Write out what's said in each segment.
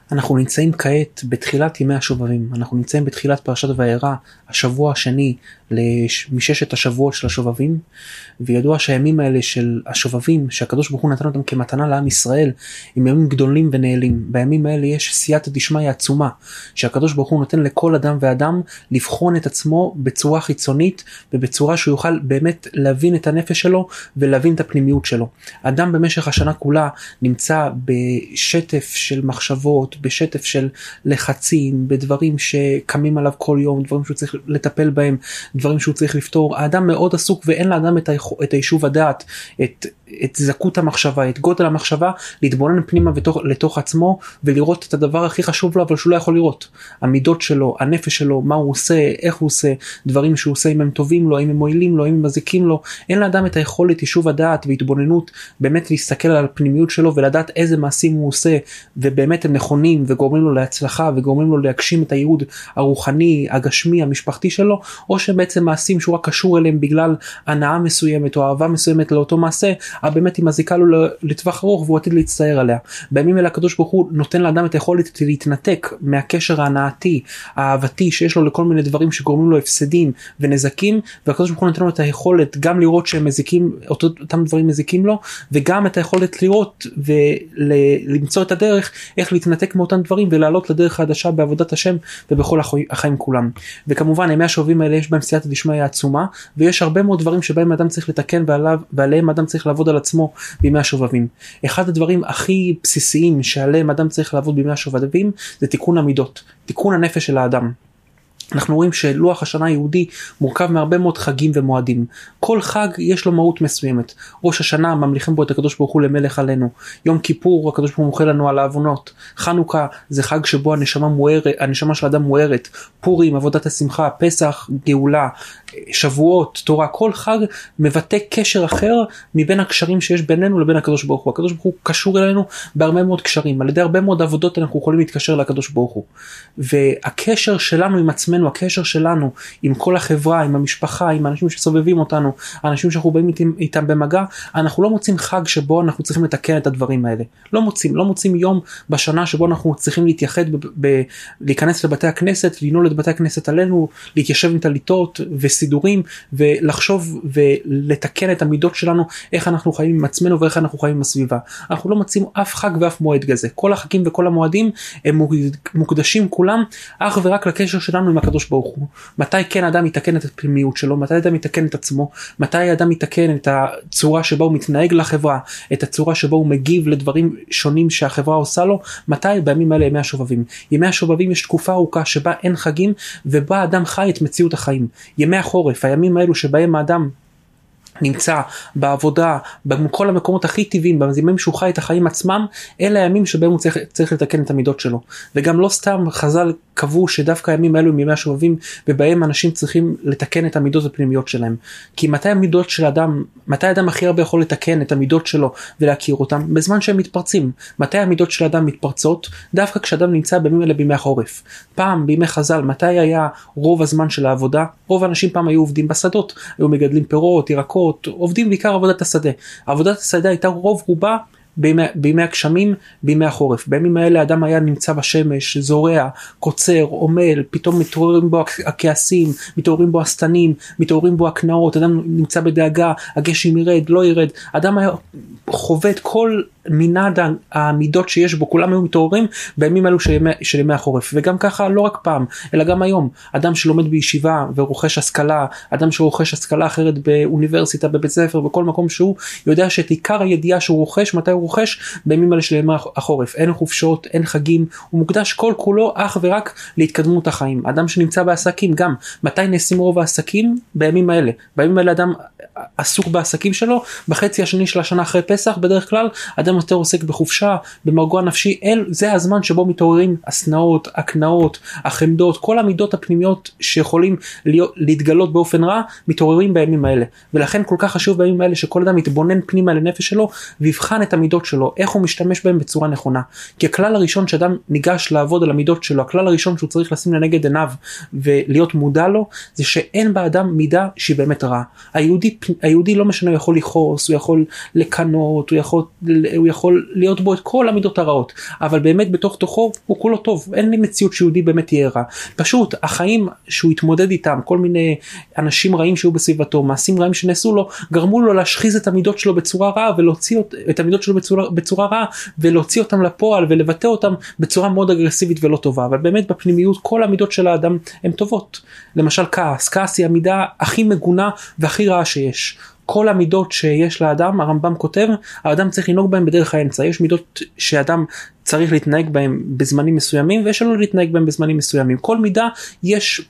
אנחנו נמצאים כעת בתחילת ימי השובבים, אנחנו נמצאים בתחילת פרשת וירא, השבוע השני מששת השבועות של השובבים, וידוע שהימים האלה של השובבים, שהקדוש ברוך הוא נתן אותם כמתנה לעם ישראל, הם ימים גדולים ונעלים. בימים האלה יש סייעתא דשמיא עצומה, שהקדוש ברוך הוא נותן לכל אדם ואדם לבחון את עצמו בצורה חיצונית, ובצורה שהוא יוכל באמת להבין את הנפש שלו, ולהבין את הפנימיות שלו. אדם במשך השנה כולה נמצא בשטף של מחשבות, בשטף של לחצים, בדברים שקמים עליו כל יום, דברים שהוא צריך לטפל בהם, דברים שהוא צריך לפתור. האדם מאוד עסוק ואין לאדם את היישוב הדעת, את זכות המחשבה, את גודל המחשבה, להתבונן פנימה לתוך עצמו ולראות את הדבר הכי חשוב לו, אבל שהוא לא יכול לראות. המידות שלו, הנפש שלו, מה הוא עושה, איך הוא עושה, דברים שהוא עושה, אם הם טובים לו, אם הם מועילים לו, אם הם מזיקים לו. אין לאדם את היכולת יישוב הדעת והתבוננות, באמת להסתכל על הפנימיות שלו ולדעת איזה מעשים הוא עושה, ובאמת הם נכונים וגורמים לו להצלחה וגורמים לו להגשים את הייעוד הרוחני, הגשמי, המשפחתי שלו, או שבעצם מעשים שהוא רק קשור אליהם בגלל הנאה מסוימת או אהבה מסוימת לאותו מעשה, אבל באמת היא מזיקה לו לטווח ארוך והוא עתיד להצטער עליה. בימים אלה הקדוש ברוך הוא נותן לאדם את היכולת להתנתק מהקשר ההנאתי, האהבתי שיש לו לכל מיני דברים שגורמים לו הפסדים ונזקים, והקדוש ברוך הוא נותן לו את היכולת גם לראות שהם מזיקים, אותם דברים מזיקים לו, וגם את היכולת לראות ולמצוא את הדרך איך להתנתק מאותם דברים ולעלות לדרך חדשה בעבודת השם ובכל החיים כולם. וכמובן ימי השובבים האלה יש בהם סייעתא דשמיא עצומה, ויש הרבה מאוד דברים שבהם אדם צריך לתקן ועליהם אדם צריך לעבוד על עצמו בימי השובבים. אחד הדברים הכי בסיסיים שעליהם אדם צריך לעבוד בימי השובבים זה תיקון המידות, תיקון הנפש של האדם. אנחנו רואים שלוח השנה היהודי מורכב מהרבה מאוד חגים ומועדים. כל חג יש לו מהות מסוימת. ראש השנה ממליכים בו את הקדוש ברוך הוא למלך עלינו. יום כיפור הקדוש ברוך הוא מוחל לנו על העוונות. חנוכה זה חג שבו הנשמה של האדם מוארת. פורים, עבודת השמחה, פסח, גאולה, שבועות, תורה. כל חג מבטא קשר אחר מבין הקשרים שיש בינינו לבין הקדוש ברוך הוא. הקדוש ברוך הוא קשור אלינו בהרבה מאוד קשרים. על ידי הרבה מאוד עבודות אנחנו יכולים להתקשר לקדוש ברוך הוא. והקשר שלנו עם עצמנו, הקשר שלנו עם כל החברה, עם המשפחה, עם האנשים שסובבים אותנו, האנשים שאנחנו באים איתם במגע, אנחנו לא מוצאים חג שבו אנחנו צריכים לתקן את הדברים האלה. לא מוצאים יום בשנה שבו אנחנו צריכים להתייחד, להיכנס לבתי הכנסת, לנעול את בתי הכנסת עלינו, להתיישב עם טליתות וסידורים, ולחשוב ולתקן את המידות שלנו, איך אנחנו חיים עם עצמנו ואיך אנחנו חיים עם הסביבה. אנחנו לא מוצאים אף חג ואף מועד כזה. כל החגים וכל המועדים הם מוקדשים כולם אך ורק לקשר שלנו עם הקדוש ברוך הוא. מתי כן אדם יתקן את הפנימיות שלו, מתי אדם יתקן את עצמו, מתי אדם יתקן את הצורה שבה הוא מתנהג לחברה, את הצורה שבה הוא מגיב לדברים שונים שהחברה עושה לו. מתי? בימים האלה ימי השובבים. ימי השובבים יש תקופה ארוכה שבה אין חגים ובה האדם חי את מציאות החיים. ימי החורף, הימים האלו שבהם האדם נמצא בעבודה, בכל המקומות הכי טבעיים, בימים שהוא חי את החיים עצמם, אלה הימים שבהם הוא צריך לתקן את המידות שלו. וגם לא סתם חז"ל קבעו שדווקא הימים האלו הם ימי השובבים, ובהם אנשים צריכים לתקן את המידות הפנימיות שלהם. כי מתי המידות של אדם, מתי האדם הכי הרבה יכול לתקן את המידות שלו ולהכיר אותם? בזמן שהם מתפרצים. מתי המידות של האדם מתפרצות? דווקא כשאדם נמצא בימים האלה בימי החורף. פעם בימי חז"ל, מתי היה רוב הזמן של העבודה? רוב האנשים פעם היו עובדים בשדות, היו מגדלים פירות, ירקות, עובדים בעיקר עבודת השדה. עבודת השדה הייתה רוב רובה בימי הגשמים, בימי החורף. בימים האלה האדם היה נמצא בשמש, זורע, קוצר, עומל, פתאום מתעוררים בו הכעסים, מתעוררים בו הסתנים, מתעוררים בו הקנאות, אדם נמצא בדאגה, הגשם ירד, לא ירד. אדם היה חווה את כל מנעד המידות שיש בו, כולם היו מתעוררים בימים האלו של ימי החורף. וגם ככה לא רק פעם, אלא גם היום. אדם שלומד בישיבה ורוכש השכלה, אדם שרוכש השכלה אחרת באוניברסיטה, בבית ספר, בכל מקום שהוא, יודע שאת עיקר הידיעה שהוא רוכש, מתי הוא רוכש? בימים האלה של ימי החורף. אין חופשות, אין חגים, הוא מוקדש כל כולו אך ורק להתקדמות החיים. אדם שנמצא בעסקים גם, מתי נעשים רוב העסקים? בימים האלה. בימים האלה אדם עסוק בעסקים שלו, בחצי השני של השנה אחרי פסח, בדרך כלל אדם יותר עוסק בחופשה, במרגוע נפשי. זה הזמן שבו מתעוררים הסנאות, הקנאות, החמדות, כל המידות הפנימיות שיכולים להתגלות באופן רע, מתעוררים בימים האלה. ולכן כל כך חשוב בימים האלה שכל אדם יתבונן פנימה לנפש שלו, ויבחן את המידות המידות שלו, איך הוא משתמש בהם בצורה נכונה. כי הכלל הראשון שאדם ניגש לעבוד על המידות שלו, הכלל הראשון שהוא צריך לשים לנגד עיניו ולהיות מודע לו, זה שאין באדם מידה שהיא באמת רעה. היהודי לא משנה, הוא יכול לכעוס, הוא יכול לקנות, הוא יכול להיות בו את כל המידות הרעות, אבל באמת בתוך תוכו הוא כולו טוב. אין לי מציאות שיהודי באמת יהיה רע. פשוט החיים שהוא התמודד איתם, כל מיני אנשים רעים שהיו בסביבתו, מעשים רעים שנעשו לו, גרמו לו להשחיז את המידות שלו בצורה רעה, ולהוציא את המידות שלו בצורה רעה, ולהוציא אותם לפועל, ולבטא אותם בצורה מאוד אגרסיבית ולא טובה. אבל באמת בפנימיות כל המידות של האדם הן טובות. למשל כעס היא המידה הכי מגונה והכי רעה שיש. כל המידות שיש לאדם, הרמב"ם כותב, האדם צריך לנהוג בהם בדרך האמצע. יש מידות שאדם צריך להתנהג בהם בזמנים מסוימים, ויש לנו להתנהג בהם בזמנים מסוימים. כל מידה יש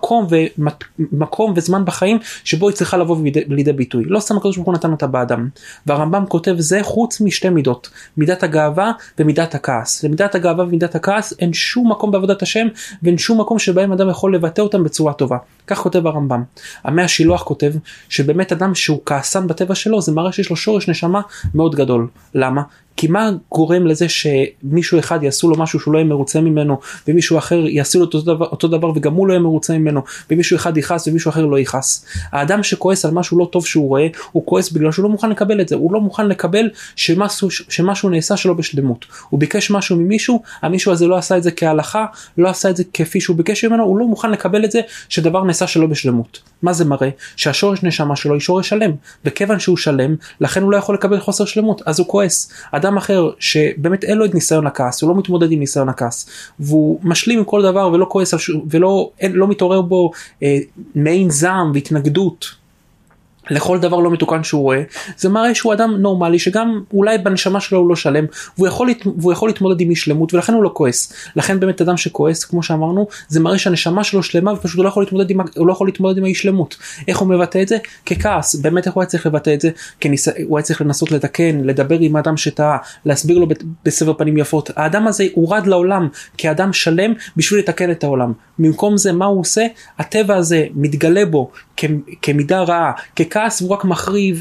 מקום וזמן בחיים שבו היא צריכה לבוא לידי ביטוי. לא סתם הקדוש ברוך הוא נתן אותה באדם. והרמב"ם כותב זה חוץ משתי מידות, מידת הגאווה ומידת הכעס. למידת הגאווה ומידת הכעס אין שום מקום בעבודת השם, ואין שום מקום שבהם אדם יכול לבטא אותם בצורה טובה. כך כותב הרמב"ם. עמי השילוח כותב שבאמת אדם שהוא כעסן בטבע שלו, זה מראה שיש לו שורש נשמה מאוד גדול. למה? כי מה גורם לזה שמישהו אחד יעשו לו משהו שהוא לא יהיה מרוצה ממנו, ומישהו אחר יעשו לו אותו דבר וגם הוא לא יהיה מרוצה ממנו, ומישהו אחד יכעס ומישהו אחר לא יכעס. האדם שכועס על משהו לא טוב שהוא רואה, הוא כועס בגלל שהוא לא מוכן לקבל את זה. הוא לא מוכן לקבל שמשהו נעשה שלא בשלמות. הוא ביקש משהו ממישהו, המישהו הזה לא עשה את זה כהלכה, לא עשה את זה כפי שהוא ביקש ממנו, הוא לא מוכן לקבל את זה שדבר נעשה שלא בשלמות. מה זה מראה? שהשורש נשמה שלו היא שורש שלם, וכיוון שהוא שלם, לכן הוא לא יכול לקבל חוסר שלמות, אז הוא כועס. אדם אחר שבאמת אין לו את ניסיון הכעס, הוא לא מתמודד עם ניסיון הכעס, והוא משלים עם כל דבר ולא כועס, ולא מתעורר בו מעין זעם והתנגדות לכל דבר לא מתוקן שהוא רואה, זה מראה שהוא אדם נורמלי, שגם אולי בנשמה שלו הוא לא שלם, והוא יכול להתמודד עם אי שלמות, ולכן הוא לא כועס. לכן באמת אדם שכועס, כמו שאמרנו, זה מראה שהנשמה שלו שלמה, ופשוט הוא לא יכול להתמודד עם האי שלמות. איך הוא מבטא את זה? ככעס. באמת איך הוא היה צריך לבטא את זה? הוא היה צריך לנסות לתקן, לדבר עם האדם שטעה, להסביר לו בסבר פנים יפות. האדם הזה הורד לעולם כאדם שלם בשביל לתקן את העולם. במקום זה, מה הוא עושה? הטבע הזה מתגלה בו כמידה רעה, ככעס, והוא רק מחריב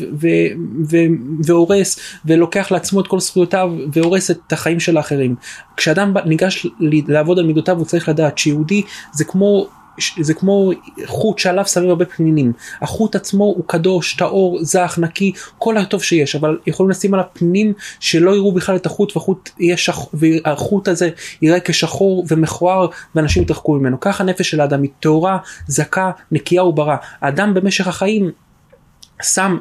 והורס ולוקח לעצמו את כל זכויותיו והורס את החיים של האחרים. כשאדם ניגש לעבוד על מידותיו, הוא צריך לדעת שיהודי זה כמו חוט שעליו שמים הרבה פנינים. החוט עצמו הוא קדוש, טהור, זך, נקי, כל הטוב שיש, אבל יכולים לשים עליו פנינים שלא יראו בכלל את החוט, והחוט הזה יראה כשחור ומכוער, ואנשים יתרחקו ממנו. כך הנפש של האדם היא טהורה, זכה, נקייה וברא. האדם במשך החיים שם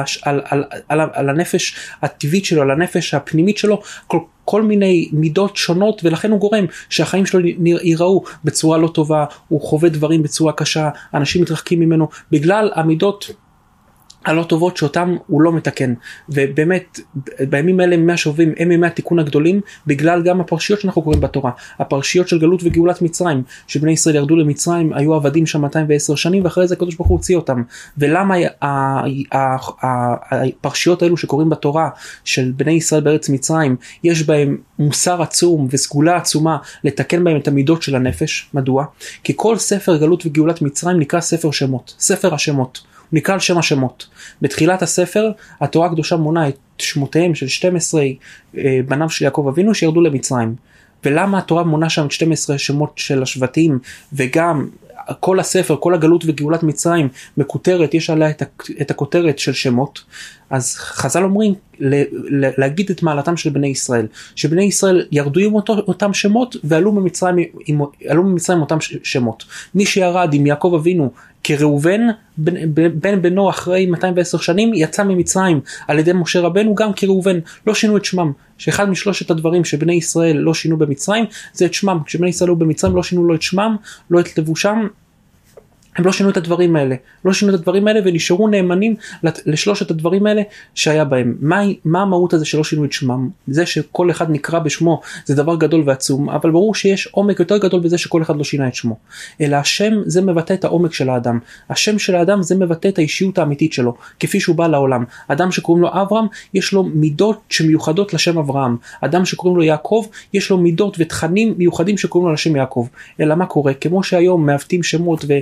על הנפש הטבעית שלו, על הנפש הפנימית שלו, כל מיני מידות שונות, ולכן הוא גורם שהחיים שלו ייראו בצורה לא טובה, הוא חווה דברים בצורה קשה, אנשים מתרחקים ממנו, בגלל המידות הלא טובות שאותם הוא לא מתקן. ובאמת בימים האלה מהשובים הם ימי התיקון הגדולים, בגלל גם הפרשיות שאנחנו קוראים בתורה, הפרשיות של גלות וגאולת מצרים, שבני ישראל ירדו למצרים, היו עבדים שם 210 שנים, ואחרי זה הקדוש ברוך הוא הוציא אותם. ולמה הפרשיות האלו שקוראים בתורה של בני ישראל בארץ מצרים, יש בהם מוסר עצום וסגולה עצומה לתקן בהם את המידות של הנפש? מדוע? כי כל ספר גלות וגאולת מצרים נקרא ספר שמות, ספר השמות, נקרא על שם השמות. בתחילת הספר התורה הקדושה מונה את שמותיהם של 12 בניו של יעקב אבינו שירדו למצרים. ולמה התורה מונה שם את 12 שמות של השבטים, וגם כל הספר, כל הגלות וגאולת מצרים מקותרת, יש עליה את הכותרת של שמות. אז חז"ל אומרים להגיד את מעלתם של בני ישראל, שבני ישראל ירדו עם אותם שמות ועלו ממצרים עם אותם שמות. מי שירד עם יעקב אבינו כראובן, בן בנו אחרי 210 שנים יצא ממצרים על ידי משה רבנו גם כראובן, לא שינו את שמם. שאחד משלושת הדברים שבני ישראל לא שינו במצרים זה את שמם. כשבני ישראל היו במצרים לא שינו לא את שמם, לא את לבושם, הם לא שינו את הדברים האלה, ונשארו נאמנים לשלושת הדברים האלה שהיה בהם. מה המהות הזה שלא שינו את שמם? זה שכל אחד נקרא בשמו זה דבר גדול ועצום, אבל ברור שיש עומק יותר גדול בזה שכל אחד לא שינה את שמו. אלא השם זה מבטא את העומק של האדם. השם של האדם זה מבטא את האישיות האמיתית שלו, כפי שהוא בא לעולם. אדם שקוראים לו אברהם, יש לו מידות שמיוחדות לשם אברהם. אדם שקוראים לו יעקב, יש לו מידות ותכנים מיוחדים שקוראים לו לשם יעקב. אלא מה קורה? כמו שהיום מעוותים שמות וכל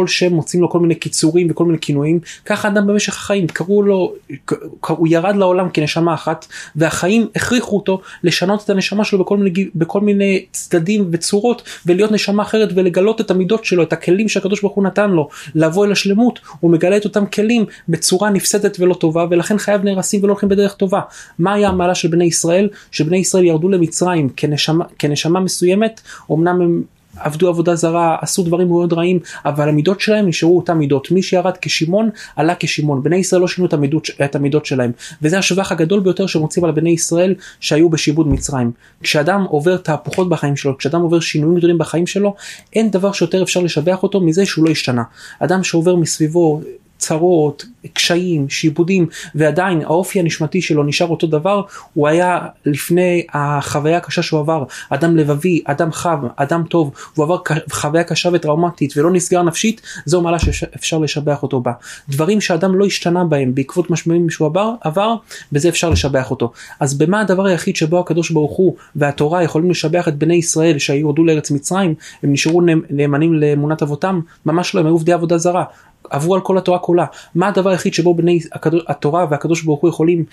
לכל שם מוצאים לו כל מיני קיצורים וכל מיני כינויים, ככה אדם במשך החיים, קראו לו, הוא ירד לעולם כנשמה אחת, והחיים הכריחו אותו לשנות את הנשמה שלו בכל מיני צדדים וצורות, ולהיות נשמה אחרת ולגלות את המידות שלו, את הכלים שהקדוש ברוך הוא נתן לו, לבוא אל השלמות, הוא מגלה את אותם כלים בצורה נפסדת ולא טובה, ולכן חייו נהרסים ולא הולכים בדרך טובה. מה היה המעלה של בני ישראל? שבני ישראל ירדו למצרים כנשמה מסוימת, אמנם הם עבדו עבודה זרה, עשו דברים מאוד רעים, אבל המידות שלהם נשארו אותם מידות. מי שירד כשמעון, עלה כשמעון. בני ישראל לא שינו את המידות שלהם, וזה השבח הגדול ביותר שמוצאים על בני ישראל שהיו בשיבוד מצרים. כשאדם עובר תהפוכות בחיים שלו, כשאדם עובר שינויים גדולים בחיים שלו, אין דבר שיותר אפשר לשבח אותו מזה שהוא לא השתנה. אדם שעובר מסביבו צרות, קשיים, שיבודים, ועדיין האופי הנשמתי שלו נשאר אותו דבר, הוא היה לפני החוויה הקשה שהוא עבר, אדם לבבי, אדם חם, אדם טוב, הוא עבר חוויה קשה וטראומטית ולא נסגר נפשית, זו מעלה שאפשר לשבח אותו בה. דברים שאדם לא השתנה בהם בעקבות משמעים שהוא עבר, בזה אפשר לשבח אותו. אז במה הדבר היחיד שבו הקדוש ברוך הוא והתורה יכולים לשבח את בני ישראל שירדו לארץ מצרים, הם נשארו נאמנים לאמונת אבותם? ממש לא, הם היו עובדי עבודה זרה, עברו על כל התורה כולה. מה הדבר היחיד שבו התורה והקדוש ברוך הוא יכולים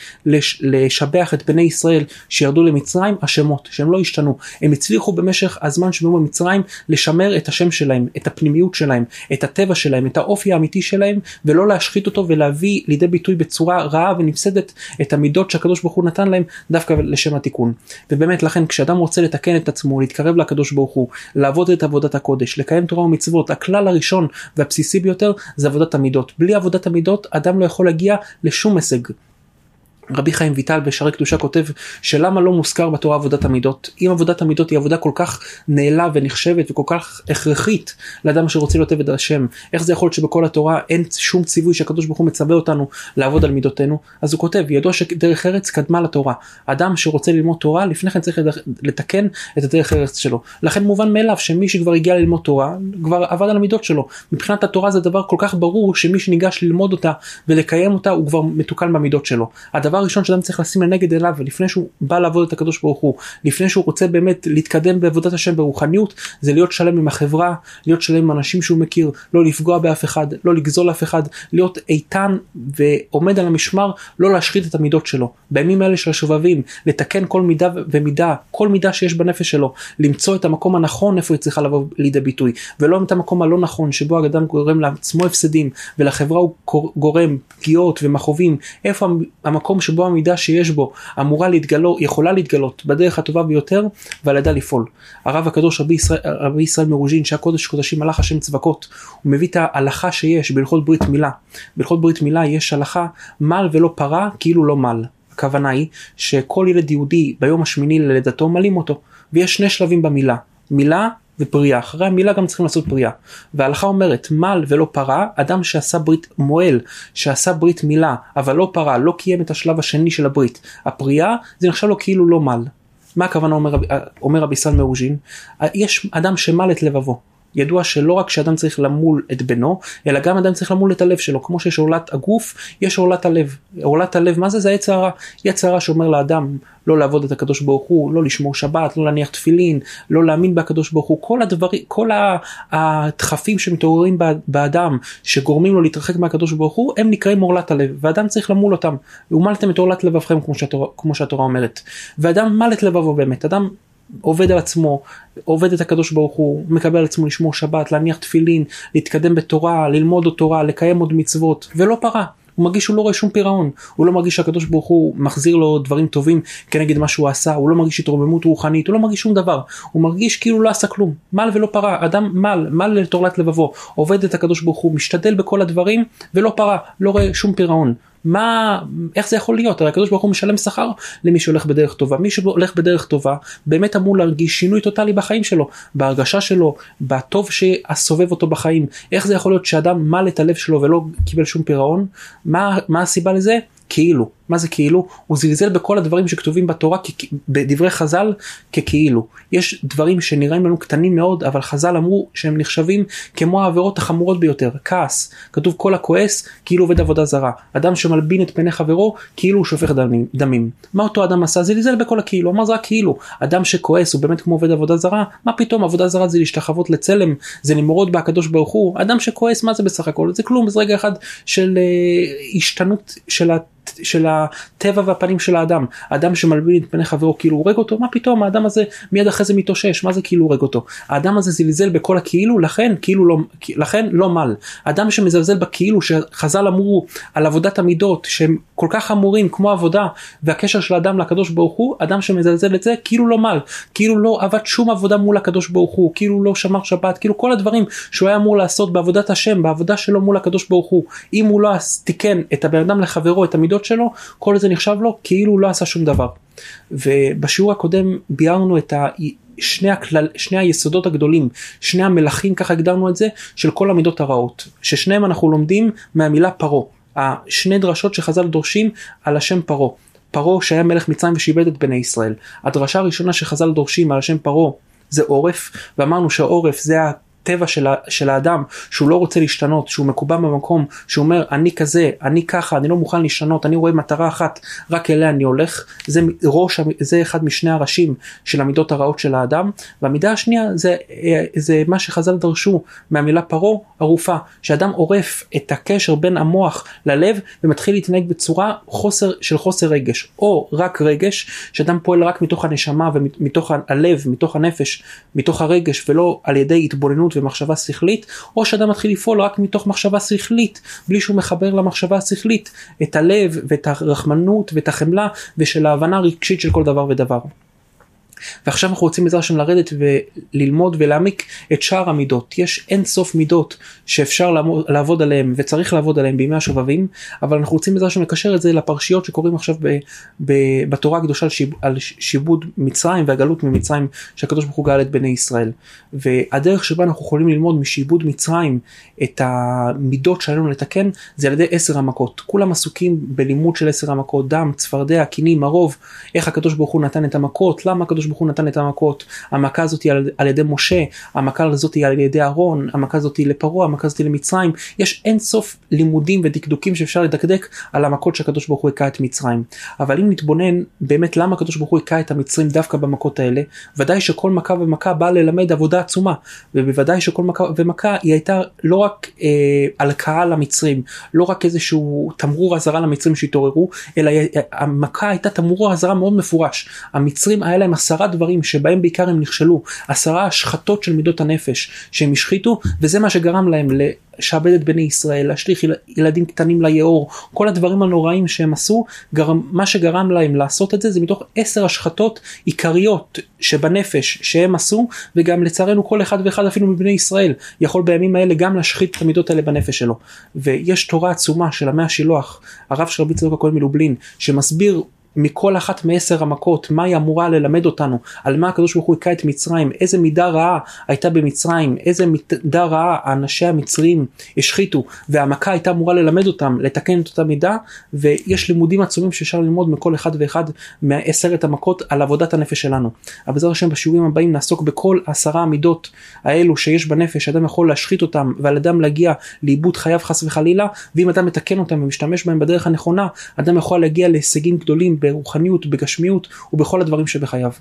לשבח את בני ישראל שירדו למצרים? השמות, שהם לא השתנו. הם הצליחו במשך הזמן שהם במצרים לשמר את השם שלהם, את הפנימיות שלהם, את הטבע שלהם, את האופי האמיתי שלהם, ולא להשחית אותו ולהביא לידי ביטוי בצורה רעה ונפסדת את המידות שהקדוש ברוך הוא נתן להם דווקא לשם התיקון. ובאמת לכן כשאדם רוצה לתקן את עצמו, להתקרב לקדוש ברוך הוא, לעבוד את עבודת הקודש, לקיים תורה ומצוות, הכלל הראשון והבסיסי ביותר זה עבודת המידות. בלי עבודת המידות אדם לא יכול להגיע לשום הישג. רבי חיים ויטל בשערי קדושה כותב שלמה לא מוזכר בתורה עבודת המידות. אם עבודת המידות היא עבודה כל כך נעלה ונחשבת וכל כך הכרחית לאדם שרוצה להיות עבד השם, איך זה יכול להיות שבכל התורה אין שום ציווי שהקדוש ברוך הוא מצווה אותנו לעבוד על מידותינו? אז הוא כותב, ידוע שדרך ארץ קדמה לתורה. אדם שרוצה ללמוד תורה לפני כן צריך לתקן את הדרך ארץ שלו. לכן מובן מאליו שמי שכבר הגיע ללמוד תורה כבר עבד על המידות שלו. מבחינת התורה זה דבר כל כך ברור שמי שניגש ללמוד אותה ולקיים אותה הוא כבר מתוקן במידות שלו. הדבר הראשון שאדם צריך לשים לנגד אליו, ולפני שהוא בא לעבוד את הקדוש ברוך הוא, לפני שהוא רוצה באמת להתקדם בעבודת השם ברוחניות, זה להיות שלם עם החברה, להיות שלם עם אנשים שהוא מכיר, לא לפגוע באף אחד, לא לגזול אף אחד, להיות איתן ועומד על המשמר, לא להשחית את המידות שלו. בימים האלה של השובבים, לתקן כל מידה ומידה, כל מידה שיש בנפש שלו, למצוא את המקום הנכון איפה היא צריכה לבוא לידי ביטוי, ולא את המקום הלא נכון שבו האדם גורם לעצמו הפסדים, ולחברה הוא גורם פגיעות ומחובים. איפה המקום שבו המידה שיש בו אמורה להתגלות, יכולה להתגלות בדרך הטובה ביותר, ועל ידה לפעול. הרב הקדוש רבי ישראל מרוז'ין, שהקודש קודשים מלאך השם צבקות, הוא מביא את ההלכה שיש בהלכות ברית מילה. בהלכות ברית מילה יש הלכה מל ולא פרה כאילו לא מל. הכוונה היא שכל ילד יהודי ביום השמיני ללידתו מלים אותו, ויש שני שלבים במילה, מילה ופרייה. אחרי המילה גם צריכים לעשות פרייה. וההלכה אומרת, מל ולא פרה, אדם שעשה ברית מועל, שעשה ברית מילה, אבל לא פרה, לא קיים את השלב השני של הברית. הפרייה זה נחשב לו כאילו לא מל. מה הכוונה אומר רבי ישראל מרוז'ין? יש אדם שמל את לבבו. ידוע שלא רק שאדם צריך למול את בנו, אלא גם אדם צריך למול את הלב שלו. כמו שיש עורלת הגוף, יש עורלת הלב. עורלת הלב, מה זה? זה יצר הרע. יצר הרע שאומר לאדם לא לעבוד את הקדוש ברוך הוא, לא לשמור שבת, לא להניח תפילין, לא להאמין בהקדוש ברוך הוא. כל הדברים, כל הדחפים שמתעוררים באדם, שגורמים לו להתרחק מהקדוש ברוך הוא, הם נקראים עורלת הלב, ואדם צריך למול אותם. ומלתם את עורלת לבבכם, כמו שהתורה אומרת. ואדם מל את לבבו באמת. אדם עובד על עצמו, עובד את הקדוש ברוך הוא, מקבל על עצמו לשמור שבת, להניח תפילין, להתקדם בתורה, ללמוד עוד תורה, לקיים עוד מצוות, ולא פרה. הוא מרגיש שהוא לא רואה שום פירעון, הוא לא מרגיש שהקדוש ברוך הוא מחזיר לו דברים טובים כנגד מה שהוא עשה, הוא לא מרגיש התרוממות רוחנית, הוא לא מרגיש שום דבר, הוא מרגיש כאילו לא עשה כלום, מל ולא פרה. אדם מל לתורלת לבבו, עובד את הקדוש ברוך הוא, משתדל בכל הדברים ולא פרה, לא רואה שום פירעון. איך זה יכול להיות? הרי הקדוש ברוך הוא משלם שכר למי שהולך בדרך טובה. מי שהולך בדרך טובה באמת אמור להרגיש שינוי טוטלי בחיים שלו, בהרגשה שלו, בטוב שהסובב אותו בחיים. איך זה יכול להיות שאדם מל את הלב שלו ולא קיבל שום פירעון? מה הסיבה לזה? כאילו, מה זה כאילו? הוא זלזל בכל הדברים שכתובים בתורה, בדברי חז"ל, ככאילו. יש דברים שנראים לנו קטנים מאוד, אבל חז"ל אמרו שהם נחשבים כמו העבירות החמורות ביותר. כעס, כתוב כל הכועס, כאילו עובד עבודה זרה. אדם שמלבין את פני חברו, כאילו הוא שופך דמים. מה אותו אדם עשה? זלזל בכל הכאילו. אמר זה רק כאילו. אדם שכועס הוא באמת כמו עובד עבודה זרה? מה פתאום? עבודה זרה זה להשתחוות לצלם, זה למרוד בהקדוש ברוך הוא. אדם שכועס, מה זה בסך הכל? זה כלום, זה רגע אחד של השתנות של הטבע והפנים של האדם. האדם שמלבין את פני חברו כאילו הורג אותו, מה פתאום? האדם הזה מיד אחרי זה מתאושש, מה זה כאילו הורג אותו? האדם הזה זלזל בכל הכאילו, לכן לא מל. האדם שמזלזל בכאילו שחז"ל אמרו על עבודת המידות שהם כל כך אמורים כמו עבודה והקשר של האדם לקדוש ברוך הוא, אדם שמזלזל את זה כאילו לא מל, כאילו לא עבד שום עבודה מול הקדוש ברוך הוא, כאילו לא שמר שבת, כאילו כל הדברים שהוא היה אמור לעשות בעבודת השם, בעבודה שלו מול הקדוש ברוך הוא, אם הוא לא תיקן את הבן אדם לחברו, את המידות שלו, כל זה נחשב לו כאילו הוא לא עשה שום דבר. ובשיעור הקודם ביארנו את שני היסודות הגדולים, שני המלכים, ככה הגדרנו את זה, של כל המידות הרעות, ששניהם אנחנו לומדים מהמילה פרו, השני דרשות שחז"ל דורשים על השם פרו. פרו שהיה מלך מצרים ושיבד את בני ישראל. הדרשה הראשונה שחז"ל דורשים על השם פרו זה עורף, ואמרנו שהעורף זה הטבע של האדם, שהוא לא רוצה להשתנות, שהוא מקובע במקום, שהוא אומר אני כזה, אני ככה, אני לא מוכן להשתנות, אני רואה מטרה אחת, רק אליה אני הולך. זה אחד משני הראשים של המידות הרעות של האדם. והמידה השנייה זה מה שחז"ל דרשו מהמילה פרו, ערופה, שאדם עורף את הקשר בין המוח ללב ומתחיל להתנהג בצורה של חוסר רגש, או רק רגש, שאדם פועל רק מתוך הנשמה ומתוך הלב, מתוך הנפש, מתוך הרגש, ולא על ידי התבוננות ומחשבה שכלית, או שאדם מתחיל לפעול רק מתוך מחשבה שכלית, בלי שהוא מחבר למחשבה השכלית את הלב ואת הרחמנות ואת החמלה ושל ההבנה הרגשית של כל דבר ודבר. ועכשיו אנחנו רוצים בעזרת השם לרדת וללמוד ולהעמיק את שאר המידות. יש אין סוף מידות שאפשר לעבוד עליהם וצריך לעבוד עליהם בימי השובבים, אבל אנחנו רוצים בעזרת השם לקשר את זה לפרשיות שקוראים עכשיו בתורה הקדושה על שיבוד מצרים והגלות ממצרים שהקדוש ברוך הוא גאל את בני ישראל. והדרך שבה אנחנו יכולים ללמוד משיבוד מצרים את המידות שעלינו לתקן זה על ידי 10 המכות. כולם עסוקים בלימוד של 10 המכות, דם, צפרדע, קינים, מרוב, איך הקדוש ברוך הוא נתן את המכות, למה הקדוש ברוך הוא נתן את המכות. המכה הזאת היא על ידי משה, המכה הזאת היא על ידי אהרון, המכה הזאת היא לפרעה, המכה הזאת היא למצרים. יש אין סוף לימודים ודקדוקים שאפשר לדקדק על המכות שהקדוש ברוך הוא הכה את מצרים. אבל אם נתבונן באמת למה הקדוש ברוך הוא הכה את המצרים דווקא במכות האלה, ודאי שכל מכה ומכה באה ללמד עבודה עצומה, ובוודאי שכל מכה ומכה היא הייתה לא רק הלקאה למצרים, לא רק איזשהו תמרור אזהרה למצרים שהתעוררו, אלא המכה הייתה תמרור אזהרה מאוד מפורש. המצרים היה להם 10 דברים שבהם בעיקר הם נכשלו, 10 השחתות של מידות הנפש שהם השחיתו, וזה מה שגרם להם לשעבד את בני ישראל, להשליך ילדים קטנים ליאור, כל הדברים הנוראים שהם עשו, מה שגרם להם לעשות את זה, זה מתוך 10 השחתות עיקריות שבנפש שהם עשו, וגם לצערנו כל אחד ואחד אפילו מבני ישראל, יכול בימים האלה גם להשחית את המידות האלה בנפש שלו. ויש תורה עצומה של עמי השילוח, הרב של רבי צדוק הכהן מלובלין, שמסביר מכל אחת מ10 המכות, מה היא אמורה ללמד אותנו, על מה הקדוש ברוך הוא הכה את מצרים, איזה מידה רעה הייתה במצרים, איזה מידה רעה האנשי המצרים השחיתו, והמכה הייתה אמורה ללמד אותם, לתקן את אותה מידה, ויש לימודים עצומים שאפשר ללמוד מכל אחד ואחד מ10 המכות על עבודת הנפש שלנו. אבל בעזרת השם בשיעורים הבאים נעסוק בכל 10 המידות האלו שיש בנפש, אדם יכול להשחית אותם, ועל אדם להגיע לאיבוד חייו חס וחלילה, ואם אדם מתקן אותם ומשתמש בהם בדרך הנכונה, אדם יכול להגיע להישגים גדולים ברוחניות, בגשמיות ובכל הדברים שבחייו.